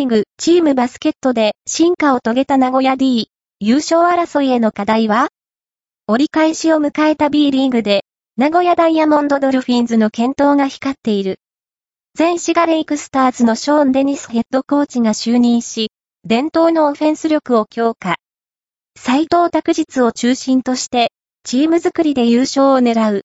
ーグ、チームバスケットで進化を遂げた名古屋 D、優勝争いへの課題は？折り返しを迎えた B リーグで、名古屋ダイヤモンドドルフィンズの健闘が光っている。前滋賀レイクスターズのショーン・デニスヘッドコーチが就任し、伝統のオフェンス力を強化。斉藤拓実を中心として、チーム作りで優勝を狙う。